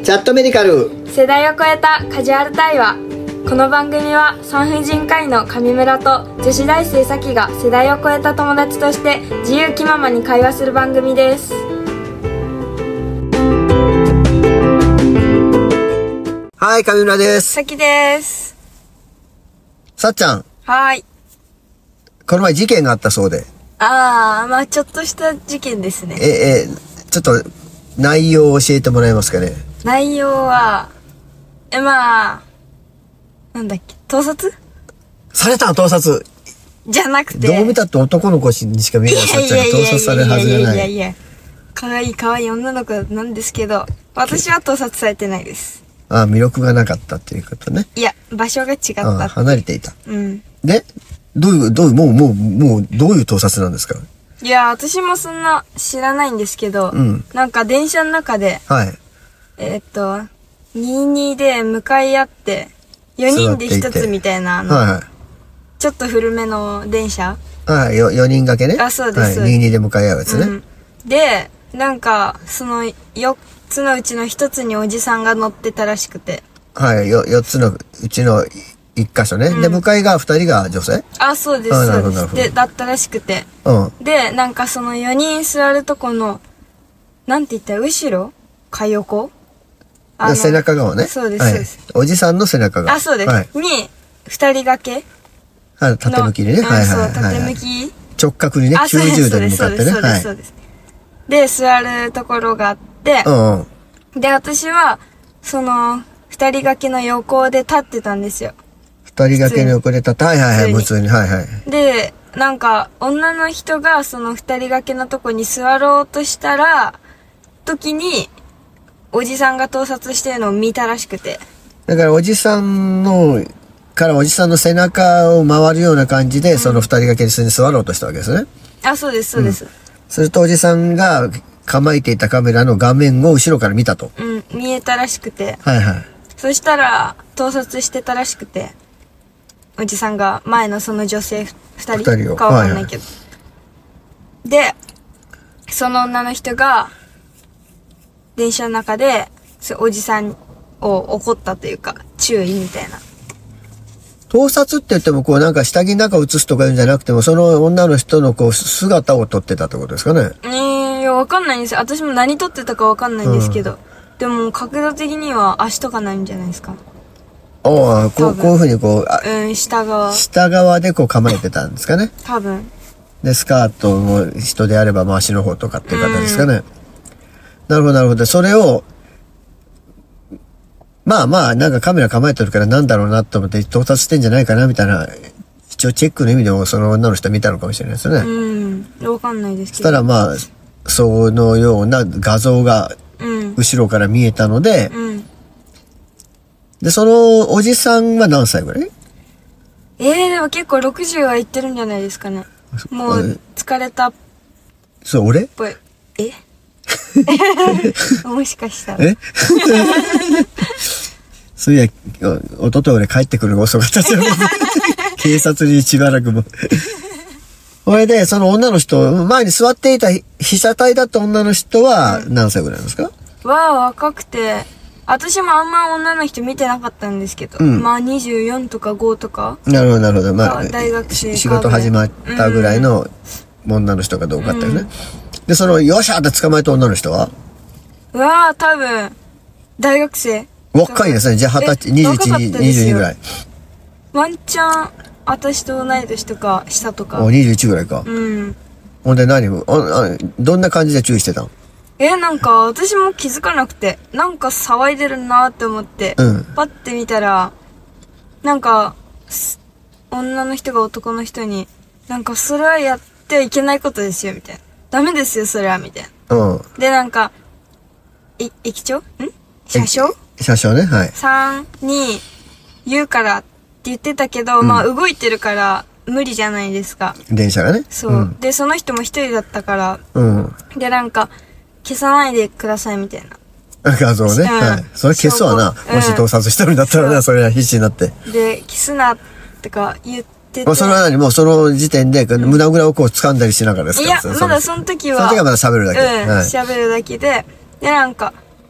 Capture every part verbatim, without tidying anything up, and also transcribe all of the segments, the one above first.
チャットメディカル世代を超えたカジュアル対話。この番組は産婦人科医の上村と女子大生さきが世代を超えた友達として自由気ままに会話する番組です。 はい、上村です。 さきです。 さっちゃん。 はい。 この前事件があったそうで。 あー、まあちょっとした事件ですね。 え、え、ちょっと内容を教えてもらえますかね。 内容は、え、まあ、なんだっけ、盗撮されたの盗撮じゃなくて。 どう見たって男の子にしか見えないさっちゃんが盗撮されるはずがない。いやいやいやいや。 かわいいかわいい女の子なんですけど、私は盗撮されてないです。 ああ、魅力がなかったっていうことね。 いや、場所が違った。 ああ、離れていた。 うん。 で、どういう、どういう、もう、もう、もう、どういう盗撮なんですか？ いや、私もそんな知らないんですけど、うん、なんか電車の中で、はい。えー、っと、にじゅうにで向かい合って、よにんでひとつみたいな、あの、はいはい、ちょっと古めの電車はい、よ、よにん掛けね。 あ、そうです。 はい、にじゅうにで向かい合うやつね。うん、 で、なんか、そのよっつのうちのひとつにおじさんが乗ってたらしくて。 はい、よ、よっつのうちのいっ箇所ね。うん、で、向かい側ふたりが女性？ あ、そうです、そうです。で、だったらしくて。うん。で、なんかそのよにん座るとこの、なんて言ったら、後ろか横背中側ね。 そうです、そうです。 おじさんの背中側。 あ、そうです。はい、に、二人掛けあ、縦向きにね。はいはい。 そう、縦向き。 直角にね、きゅうじゅうどに向かってね。 そうです、そうです。で、座るところがあって、うんうん、で、私は、その、二人掛けの横で立ってたんですよ。 二人掛けの横で立って、はいはいはい、普通に、はいはい。 で、なんか、女の人がその二人掛けのとこに座ろうとしたら、時に、おじさんが盗撮してるのを見たらしくて。だからおじさんの、からおじさんの背中を回るような感じで、うん、その二人掛けに座ろうとしたわけですね。 あ、そうです、そうです。うん、 するとおじさんが構えていたカメラの画面を後ろから見たと。 うん、見えたらしくて。 はいはい。 そしたら、盗撮してたらしくて、おじさんが前のその女性二人人かわかんないけど。はいはい、で、その女の人が、電車の中で、おじさんを怒ったというか、注意みたいな。 盗撮って言っても、こうなんか下着の中を映すとか言うんじゃなくても、その女の人のこう姿を撮ってたってことですかね。 えー、いや、わかんないんですよ。私も何撮ってたかわかんないんですけど。うん、でも、角度的には足とかないんじゃないですか。 ああ、こう、こういうふうにこう、 うん、下側。 下側でこう構えてたんですかね。 多分。 で、スカートも人であれば回しの方とかっていう方ですかね。うん、なるほど、なるほど。それを、まあまあ、なんかカメラ構えてるからなんだろうなと思って盗撮してんじゃないかなみたいな、一応チェックの意味でもその女の人見たのかもしれないですよね。 うん。わかんないですけど。 そしたらまあ、そのような画像が、後ろから見えたので、うんうん、で、そのおじさんは何歳ぐらい？ ええー、でも結構ろくじゅうはいってるんじゃないですかね。もう、疲れた。 それ俺？ ぽい。えもしかしたら。えそういや、おととい俺帰ってくるのが遅かったじゃん。警察にしばらくも。それで、その女の人、前に座っていた被写体だった女の人は何歳ぐらいなんですか？ わあ、若くて。私もあんま女の人見てなかったんですけど。うん、まあにじゅうよんとかごとか。 なるほど、なるほど。まあ、 大学生仕事始まったぐらいの女の人がどうかったよね。うん、で、その、よっしゃーって捕まえた女の人は？ うわあ、多分、大学生。 若いですね。じゃあ、二十歳、にじゅういち、にじゅうにぐらい。 ワンチャン、私と同い年とか、下とか。 お、にじゅういちぐらいか。うん。ほんで何ああどんな感じで注意してたの？ え、なんか、私も気づかなくて、なんか騒いでるなーって思って、うん、パッて見たら、なんか、女の人が男の人に、なんか、それはやってはいけないことですよ、みたいな。ダメですよ、それは、みたいな。うん。で、なんか、い、駅長ん車掌車掌ね、はい。 さんに言うからって言ってたけど、うん、まあ動いてるから無理じゃないですか。 電車がね。 そう。うん、で、その人も一人だったから、うん。で、なんか、消さないでくださいみたいな。 画像ね。うん、はい。それ消すわな。うん、もし盗撮してるんだったらな、それは必死になって。 で、消すなってか言ってて。 まあ、それは何もうその時点で、胸ぐらをこう掴んだりしながらですか？ いや、まだその時は。 その時はまだ喋るだけ。 うん。喋、はい、るだけで、で、なんか、パッ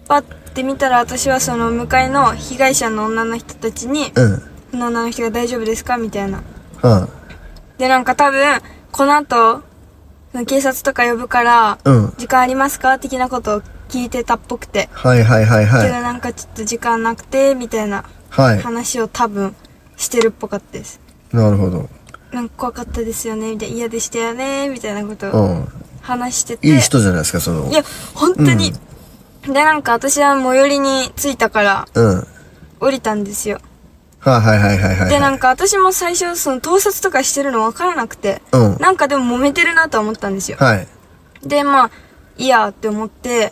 てみたら私はその向かいの被害者の女の人たちに、 うん。 その女の人が大丈夫ですかみたいな。 うん。 で、なんか多分、この後、警察とか呼ぶから、 うん。 時間ありますか的なことを聞いてたっぽくて。 はいはいはいはい。 けどなんかちょっと時間なくて、みたいな話を多分してるっぽかったです。 なるほど。 なんか怖かったですよね、みたいな。嫌でしたよね、みたいなことを話してて。 いい人じゃないですか、その。 いや、本当に。うん、で、なんか私は最寄りに着いたから、うん。降りたんですよ。 はいはいはいはいはい。 で、なんか私も最初、その盗撮とかしてるの分からなくて、うん。なんかでも揉めてるなとは思ったんですよ。はい。で、まあ、いいやって思って、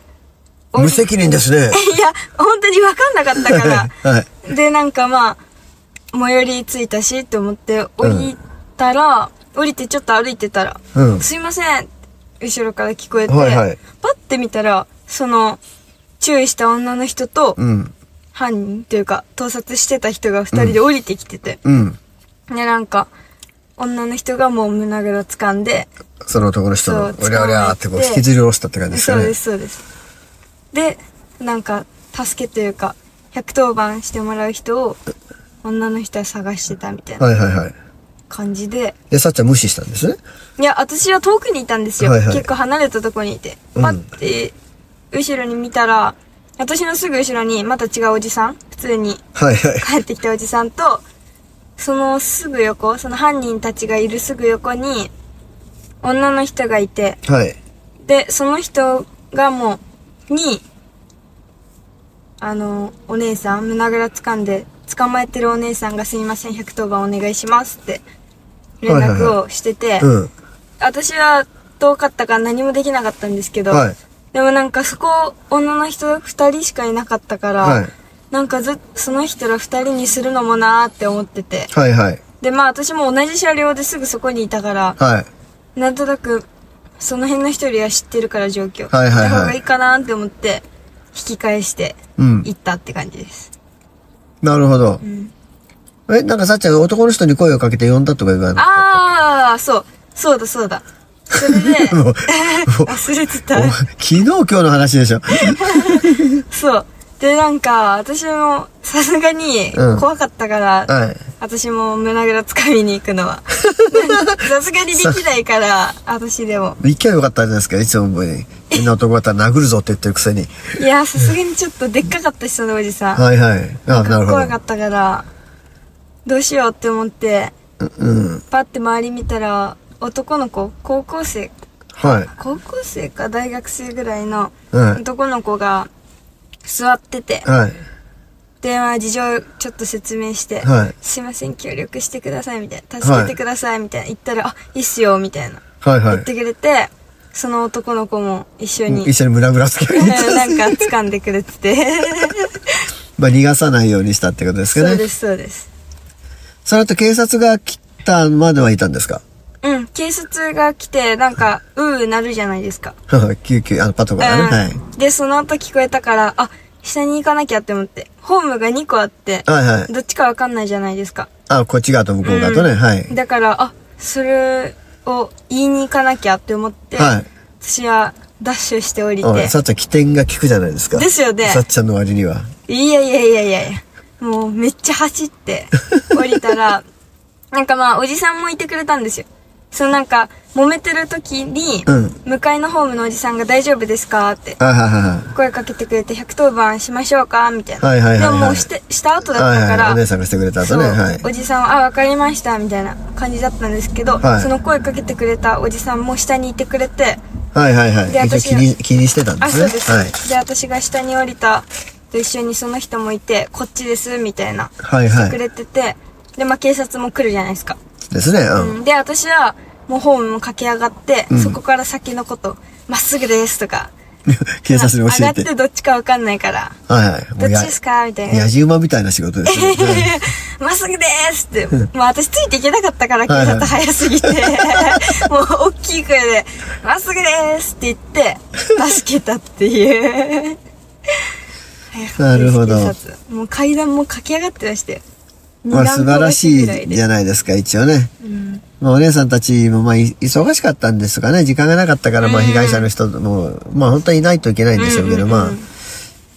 無責任ですね。いや、本当に分かんなかったから。はい。で、なんかまあ、最寄り着いたしって思って降りたら、うん、降りてちょっと歩いてたら、うん、すいません後ろから聞こえて、はいはい、パッて見たら、その、注意した女の人と、うん、犯人というか、盗撮してた人が二人で降りてきてて、うん。で、なんか、女の人がもう胸ぐら掴んで、 その男の人の、おりゃおりゃーってこう引きずり下ろしたって感じですかね。 そうです、そうです。で、なんか、助けというか、ひゃくとおばんしてもらう人を、女の人は探してたみたいな。はいはいはい。感じで。 で、さっちゃん無視したんですね。 いや、私は遠くにいたんですよ。はいはい、結構離れたとこにいて。パッて、後ろに見たら、私のすぐ後ろにまた違うおじさん、普通に帰ってきたおじさんと、はいはい、そのすぐ横、その犯人たちがいるすぐ横に、女の人がいて、はい、で、その人がもう、に、あの、お姉さん、胸ぐら掴んで、捕まえてるお姉さんがすみません、ひゃくとおばんお願いしますって連絡をしてて、私は遠かったから何もできなかったんですけど、はい、でもなんかそこ、女の人二人しかいなかったから、はい、なんかずその人ら二人にするのもなーって思ってて、はいはい、で、まあ私も同じ車両ですぐそこにいたから、はい、なんとなくその辺の一人は知ってるから状況、はいはいはい、行った方がいいかなーって思って、引き返して行ったって感じです。 うん、なるほど。うん、え、なんかさっちゃんが男の人に声をかけて呼んだとか言わなかった？ ああ、そう。そうだそうだ。それで、忘れてた。 昨日今日の話でしょ。 そう。で、なんか、私もさすがに怖かったから、うんはい、私も胸ぐら掴みに行くのは。さすがにできないから、私でも。 行きゃよかったじゃないですか、いつもに。変な男だったら殴るぞって言ってるくせに。 いや、さすがにちょっとでっかかったし、そのおじさん。 はいはい。あ、なるほど。 怖かったから、どうしようって思って、うん、パッて周り見たら、男の子、高校生、はい、高校生か大学生ぐらいの男の子が座ってて、はい、で、まあ事情ちょっと説明して、はい、すいません、協力してくださいみたいな、助けてくださいみたいな言ったら、あ、いいっすよみたいな、はいはい、言ってくれて、その男の子も一緒に、 一緒に胸ぐらつけてなんか掴んでくれてて、 まあ逃がさないようにしたってことですかね。 そうですそうです。 その後警察が来たまではいたんですか？ うん、警察が来て、なんか、うーなるじゃないですか。 救急、あの、パトカーがね、うん。はい。 で、その後聞こえたから、あ、下に行かなきゃって思って、ホームがにこあって、はいはい。どっちかわかんないじゃないですか。 あ、こっち側と向こう側とね、うん、はい。 だから、あ、それを言いに行かなきゃって思って、はい。私は、ダッシュして降りて。 さっちゃん起点が効くじゃないですか。 ですよね。 さっちゃんの割には。 いやいやいやいやいや。もう、めっちゃ走って、降りたら、なんかまあ、おじさんもいてくれたんですよ。そのなんか、揉めてる時に、うん、向かいのホームのおじさんが大丈夫ですかって、声かけてくれて、ひゃくとおばんしましょうかみたいな。はいはいはいはい、でももうして、した後だったから、はいはい、 お姉さんがしてくれた後ね。はい、 おじさんは、あ、わかりました、みたいな感じだったんですけど、はい、その声かけてくれたおじさんも下にいてくれて、はいはいはい。で、私気に、気にしてたんですね。あ、そうです。はい、で、私が下に降りたと一緒にその人もいて、こっちです、みたいな。はいはい。してくれてて、で、まあ警察も来るじゃないですか。 ですね。うん。 うん、で、私は、もうホームも駆け上がって、うん、そこから先のこと、まっすぐですとか。 警察に教えて。 上がってどっちかわかんないから。はいはい。どっちですかみたいな。 やじ馬みたいな仕事ですね。 まっすぐですって。もう私ついていけなかったから、警察早すぎて。もう大きい声で、まっすぐですって言って、助けたっていう。 なるほど。 もう階段も駆け上がってましたよ。 まあ素晴らしいじゃないですか、一応ね。うん、まあお姉さんたちもまあ忙しかったんですがね、時間がなかったから、まあ被害者の人も、まあ本当にいないといけないんでしょうけど、まあ、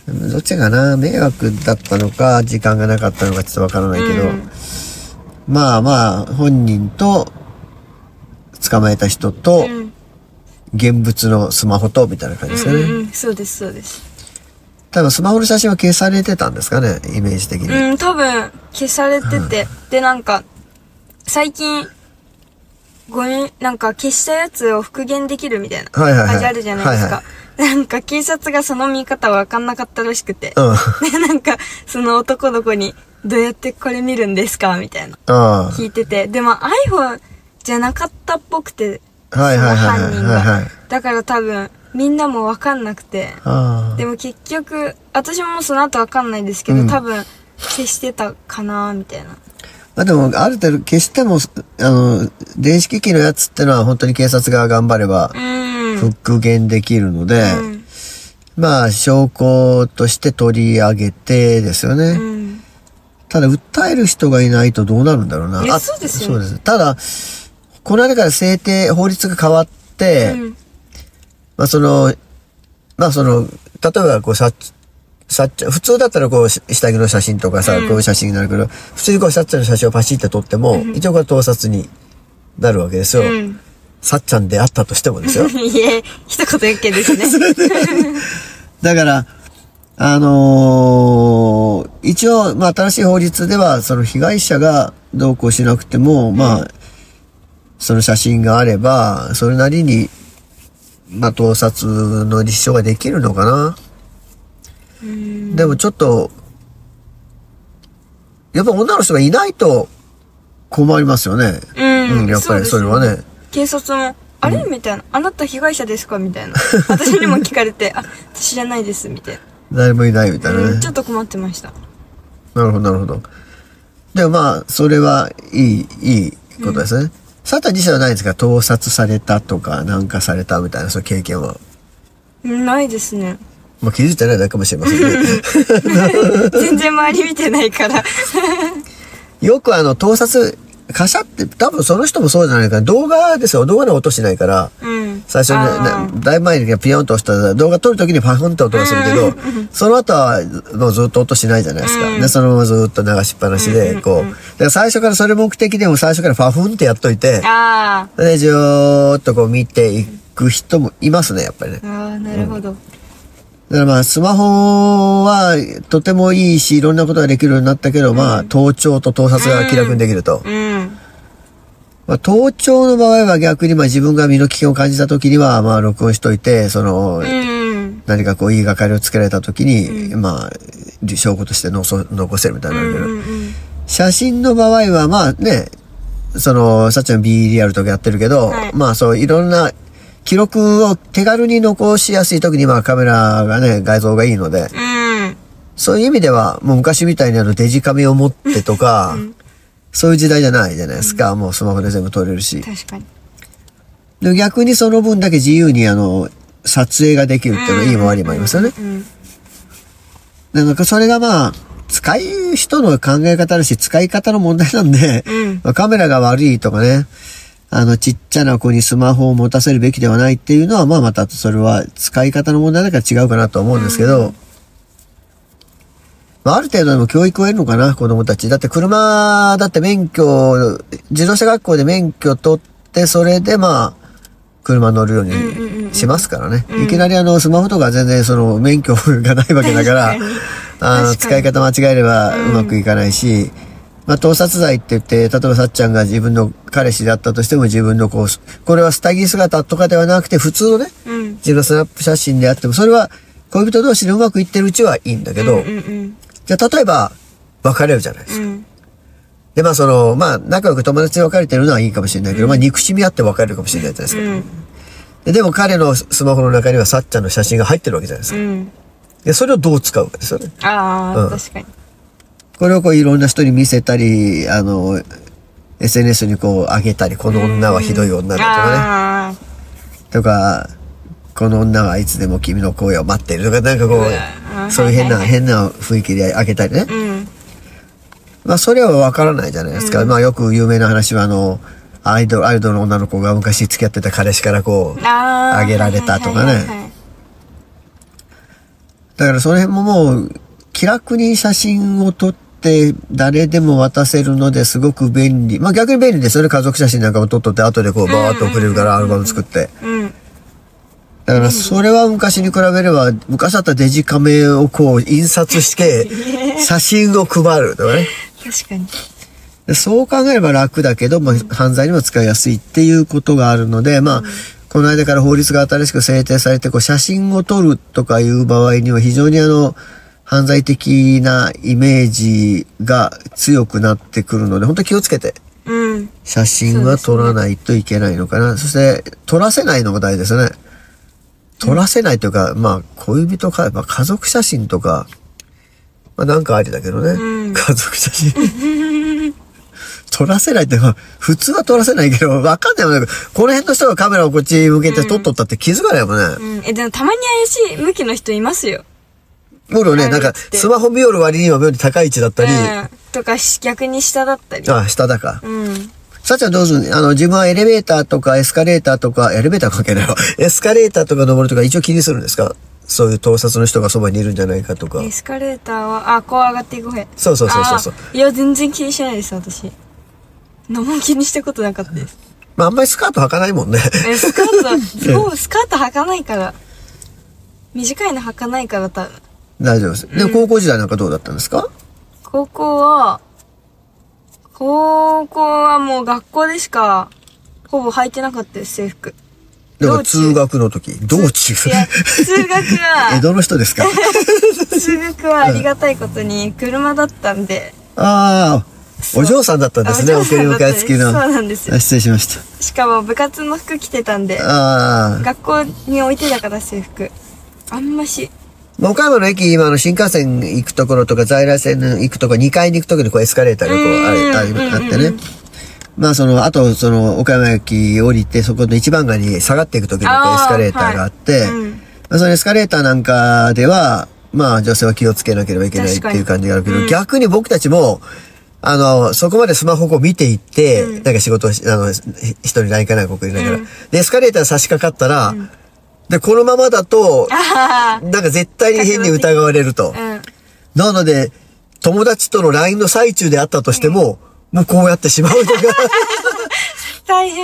どっちかな、迷惑だったのか、時間がなかったのかちょっとわからないけど、うん、まあまあ、本人と、捕まえた人と、うん、現物のスマホと、みたいな感じですかね。うんうん、 そうです、そうです。 多分スマホの写真は消されてたんですかね、イメージ的に。 うん、多分消されてて、うん、で、なんか、最近、ごにん、なんか消したやつを復元できるみたいな感じあるじゃないですか。はいはい、なんか警察がその見方わかんなかったらしくて。うん、で、なんか、その男の子に、どうやってこれ見るんですかみたいな。聞いてて。でも iPhone じゃなかったっぽくて、 はいはいはい、 犯人が。だから多分、みんなもわかんなくて。でも結局、私もその後わかんないんですけど、うん、多分、消してたかなみたいな。 まあでも、ある程度消しても、あの、電子機器のやつってのは本当に警察が頑張れば、復元できるので、うん、まあ、証拠として取り上げてですよね。うん、ただ、訴える人がいないとどうなるんだろうな。 あ、そうですよね。そうです。 ただ、この間から制定、法律が変わって、うん、まあその、まあその、例えばこう、さ、さっちゃん、普通だったらこう、下着の写真とかさ、うん、こういう写真になるけど、普通にこう、さっちゃんの写真をパシって撮っても、うん、一応これ盗撮になるわけですよ。うん、さっちゃんであったとしてもですよ。 いえ、一言やけですね。 だから、あのー、一応、まあ新しい法律では、その被害者がどうこうしなくても、うん、まあ、その写真があれば、それなりに、まあ盗撮の立証ができるのかな。でもちょっと、やっぱ女の人がいないと困りますよね。うん。うん、やっぱりそれはね。ね警察も、あれ、うん、みたいな。あなた被害者ですかみたいな。私にも聞かれて、あ、私じゃないです、みたいな。 誰もいないみたいなね、 うん。ちょっと困ってました。 なるほど、なるほど。でもまあ、それはいい、いいことですね。うん、サタ自身はないんですか？盗撮されたとか、なんかされたみたいな、そういう経験は。 ないですね。 まあ気づいてないだけかもしれませんね。 全然周り見てないから。 よくあの、盗撮、カシャって多分その人もそうじゃないかな。動画ですよ。動画で音しないから。うん、最初に、だいぶ前にピヨンと押したら動画撮るときにパフンって音がするけど、うん、その後はもうずっと音しないじゃないですか。うん、で、そのままずっと流しっぱなしで、こう。だから最初からそれ目的でも最初からパフンってやっといて、で、じーっとこう見ていく人もいますね、やっぱりね。 ああ、なるほど。うん、 だからまあ、スマホはとてもいいし、いろんなことができるようになったけど、うん、まあ、盗聴と盗撮が気楽にできると。うん、まあ、盗聴の場合は逆にまあ自分が身の危険を感じた時には、まあ、録音しといて、その、うん、何かこう、言いがかりをつけられた時に、うん、まあ、証拠として残せるみたいなのだけど、うんうんうん、写真の場合はまあね、その、さっちゃん B リアルとかやってるけど、はい、まあそう、いろんな、記録を手軽に残しやすい時にはカメラがね、画像がいいので、うん、そういう意味では、もう昔みたいにあのデジカメを持ってとか、うん、そういう時代じゃないじゃないですか。うん、もうスマホで全部撮れるし。 確かに。 で逆にその分だけ自由にあの、撮影ができるっていうのはいい回りもありますよね。なんかそれがまあ、使い人の考え方だし、使い方の問題なんで、うん、まあ、カメラが悪いとかね、あの、ちっちゃな子にスマホを持たせるべきではないっていうのは、まあまたそれは使い方の問題だから違うかなと思うんですけど、うん、まあある程度でも教育を得るのかな、子供たち。だって車、だって免許、自動車学校で免許取って、それでまあ、車乗るようにしますからね。いきなりあの、スマホとか全然その、免許がないわけだから、あの、使い方間違えればうまくいかないし、うんまあ、盗撮罪って言って、例えばさっちゃんが自分の彼氏だったとしても自分のこう、これは下着姿とかではなくて普通のね、うん、自分のスナップ写真であっても、それは恋人同士でうまくいってるうちはいいんだけど、うんうんうん、じゃあ例えば別れるじゃないですか。うん、で、まあその、まあ仲良く友達で別れてるのはいいかもしれないけど、うん、まあ憎しみ合って別れるかもしれないじゃないですか。うん、で, でも彼のスマホの中にはさっちゃんの写真が入ってるわけじゃないですか。うん、で、それをどう使うかですよね。 ああ、うん、確かに。 これをこういろんな人に見せたり、あの、エスエヌエス にこう上げたり、この女はひどい女だとかね。とか、この女はいつでも君の声を待っているとか、なんかこう、そういう変な、変な雰囲気で上げたりね。うん、まあそれはわからないじゃないですか。うん、まあよく有名な話はあの、アイドル、アイドルの女の子が昔付き合ってた彼氏からこう、上げられたとかね。 だからその辺ももう、気楽に写真を撮って誰でも渡せるのですごく便利。まあ逆に便利ですよね。家族写真なんかも撮っとって後でこうバーッと送れるからアルバム作って。 うん。 だからそれは昔に比べれば、昔だったらデジカメをこう印刷して写真を配るとかね。 確かに。 そう考えれば楽だけど、まあ、犯罪にも使いやすいっていうことがあるので、まあ、うん、この間から法律が新しく制定されて、こう、写真を撮るとかいう場合には非常にあの、犯罪的なイメージが強くなってくるので、本当に気をつけて、 うん、 写真は撮らないといけないのかな。そ, ね、そして、撮らせないのが大事ですね。撮らせないというか、うん、まあ、恋人か、まあ、家族写真とか、まあ、なんかありだけどね。うん、家族写真。撮らせないって、普通は撮らせないけど、わかんないもんね。この辺の人がカメラをこっち向けて撮っとったって気づかないもんね。 うん。え、でもたまに怪しい向きの人いますよ。 もろね、なんか、スマホ見よる割には妙に高い位置だったり。うん。 とか、逆に下だったり。 ああ、下だか。 うん。 さっちゃんどうする？あの、自分はエレベーターとかエスカレーターとか、エレベーター関係ないわ。エスカレーターとか登るとか一応気にするんですか？そういう盗撮の人がそばにいるんじゃないかとか。 エスカレーターは、あ、こう上がっていくへ。 そうそうそうそう。 いや、全然気にしないです、私。何も気にしたことなかったです。 まあ、あんまりスカート履かないもんね。 え、スカート、そう、スカート履かないから。短いの履かないから多分。 大丈夫です。で、うん、高校時代なんかどうだったんですか？ 高校は、高校はもう学校でしか、ほぼ履いてなかったです、制服。 だから通学の時、道中。 いや、通学は、 江戸の人ですか？ 通学はありがたいことに車だったんで。 ああ。お嬢さんだったんですね、送り迎え付きの。 そうなんですよ。 失礼しました。 しかも部活の服着てたんで、 ああ。 学校に置いてたから制服。あんまし。 岡山の駅、今の新幹線行くところとか在来線行くところ、にかいに行くところにこうエスカレーターがこうあってね。まあその、あとその岡山駅降りて、そこの一番街に下がっていくときにこうエスカレーターがあって、はい、うん、そのエスカレーターなんかでは、まあ女性は気をつけなければいけないっていう感じがあるけど、うん、逆に僕たちも、あの、そこまでスマホを見ていって、うん、なんか仕事をし、あの、一人ラインかなんか送りながら、うん。で、エスカレーター差し掛かったら、うん、で、このままだと、なんか絶対に変に疑われると。うん、なので、友達との ライン の最中であったとしても、うん、もうこうやってしまうのが。 大変。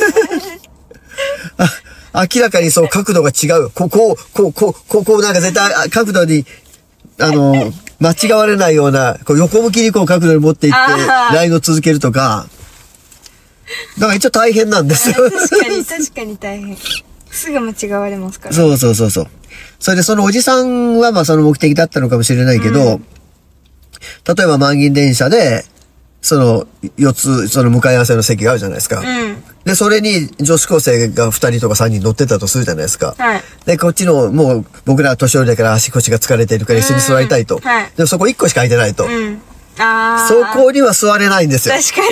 あ、明らかにそう角度が違う。ここ、こう、こう、こう、こうなんか絶対角度に、あの、間違われないような、こう横向きにこう角度に持っていって、ラインを続けるとか。だから一応大変なんですよ。 確かに、確かに大変。すぐ間違われますから。 そうそうそうそう。それでそのおじさんはまあその目的だったのかもしれないけど、うん、例えば満員電車で、そのよっつ、その向かい合わせの席があるじゃないですか。うん、で、それに女子高生がふたりとかさんにん乗ってたとするじゃないですか。はい、で、こっちの、もう僕らは年寄りだから足腰が疲れているから椅子に座りたいと。うん、はい、でもそこいっこしか空いてないと。うん、あそこには座れないんですよ。 確か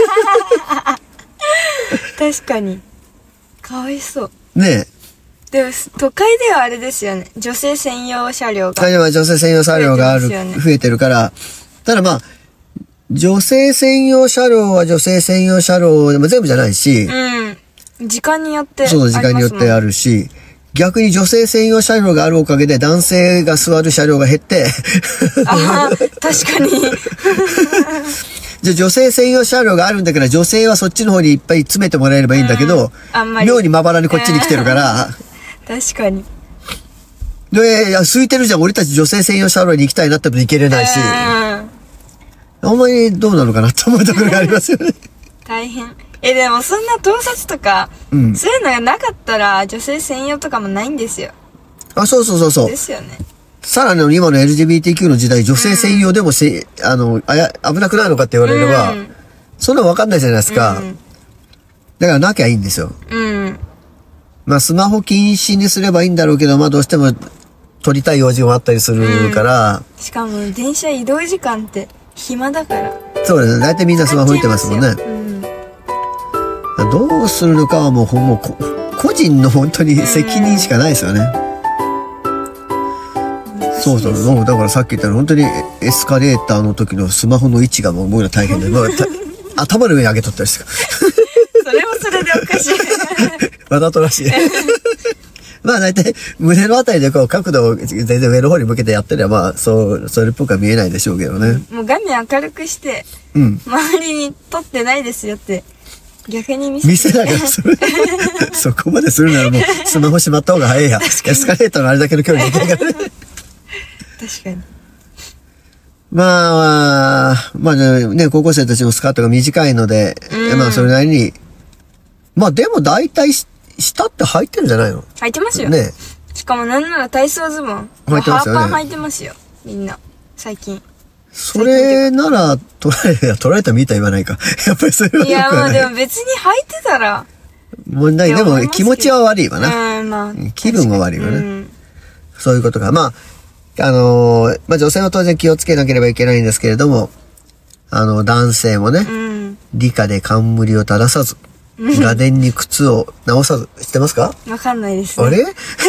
に。確かに。かわいそう。 ねえ。でも、都会ではあれですよね。女性専用車両が。 都会では女性専用車両がある、増えてるから。ただまあ、女性専用車両は女性専用車両でも全部じゃないし。 うん。時間によって。 そう、時間によってあるし。逆に女性専用車両があるおかげで男性が座る車両が減って。 ああ、確かに。 じゃあ女性専用車両があるんだから女性はそっちの方にいっぱい詰めてもらえればいいんだけど、あんまり妙にまばらにこっちに来てるから。 確かに。 で、いや、空いてるじゃん。俺たち女性専用車両に行きたいなっても行けれないし。あんまりどうなのかなと思うところがありますよね。 大変。え、でもそんな盗撮とか、うん、そういうのがなかったら女性専用とかもないんですよ。 あ、そうそうそうそう。 ですよね。 さらに今の エルジービーティーキュー の時代、女性専用でもせ、うん、あの、あや、危なくないのかって言われれば、うん、そんなの分かんないじゃないですか。うん、だからなきゃいいんですよ。うん。まあスマホ禁止にすればいいんだろうけど、まあどうしても撮りたい用事もあったりするから。 うん、しかも電車移動時間って暇だから。 そうですね。大体みんなスマホ見てますもんね。うん、どうするのかはもう、もう個人の本当に責任しかないですよね。そうそう。だからさっき言ったの本当にエスカレーターの時のスマホの位置がもう僕ら大変で、もう頭の上に上げとったりして。 それもそれでおかしい。 わざとらしい。 まあ大体胸のあたりでこう角度を全然上の方に向けてやってれば、まあそう、それっぽくは見えないでしょうけどね。 もう画面明るくして、うん。周りに撮ってないですよって、逆に見せ見せながらそれ、そこまでするならもうスマホしまった方が早いや。エスカレーターのあれだけの距離できないからね。 確かに。 まあ、まあね、高校生たちのスカートが短いので、うん、まあそれなりに、まあでも大体下って履いてるんじゃないの？ 履いてますよ。ね。しかもなんなら体操ズボン。 履いてますよね。 ハーパン履いてますよ。みんな。最近。 それなら、取られ、取られたみたい言わないか。やっぱりそれは。 いや、まあでも別に履いてたら。 問題、でも気持ちは悪いわな。 うん、まあ。 気分は悪いわね。うん、そういうことか。まあ、あのー、まあ女性は当然気をつけなければいけないんですけれども、あの、男性もね、うん、理科で冠を垂らさず、画電に靴を直さず、知ってますか？ わかんないですね。 あれ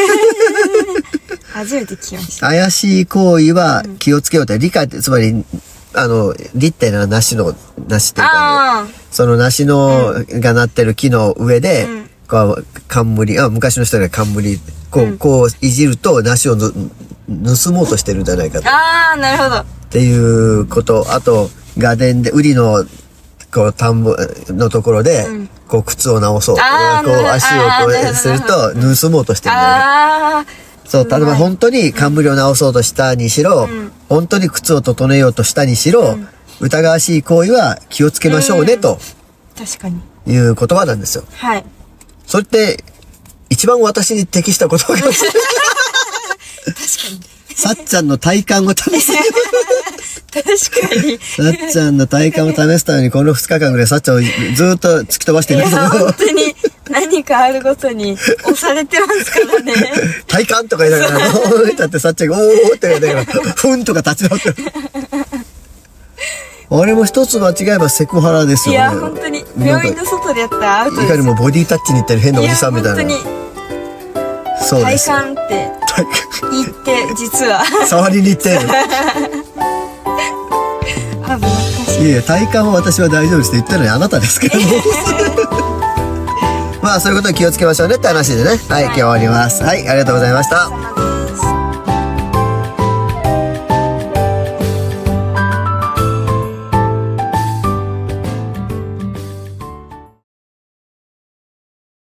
初めて聞きました。 怪しい行為は気をつけようって、理科って、つまり、あの、立体な梨の、梨っていうか、ね、その梨の、うん、がなってる木の上で、うん、こう、冠、あ、昔の人が冠、こう、うん、こう、いじると梨をぬ盗もうとしてるんじゃないかと。 ああ、なるほど。 っていうこと。あと、画電で、売りの、こう、田んぼのところで、うん、こう、靴を直そう。こう、足をこう、すると、盗もうとしてるんだよね。そう、例えば本当に冠を直そうとしたにしろ、うん、本当に靴を整えようとしたにしろ、うん、疑わしい行為は気をつけましょうね、うん、と。 確かに。 いう言葉なんですよ。 はい。 それって、一番私に適した言葉かもしれない。 確かに。 さっちゃんの体感を試す。 確かに。 さっちゃんの体感を試すためにこのふつかかんぐらいさっちゃんをずっと突き飛ばしてるけど。 本当に何かあるごとに押されてますからね。 体感とか言いながら、おーってってさっちゃんがおーって言いながら、ふんとか立ち直ってる。あれも一つ間違えばセクハラですよね。 いや、本当に。病院の外でやったらアウトです。 いかにもボディタッチに行ってる変なおじさんみたいな。いや、本当に。そうです。 体感って言って、実は。 触りに行ってる。 危なっかしい。 いやいや、体感は私は大丈夫ですって言ったのにあなたですけどね。まあそういうことに気をつけましょうねって話でね。はい、今日終わります。はい、ありがとうございました。